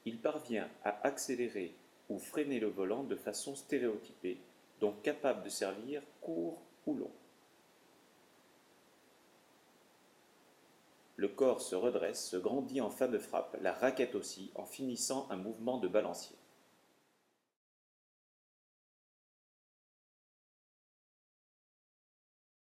Il parvient à accélérer ou freiner le volant de façon stéréotypée, donc capable de servir court ou long. Le corps se redresse, se grandit en fin de frappe, la raquette aussi, en finissant un mouvement de balancier.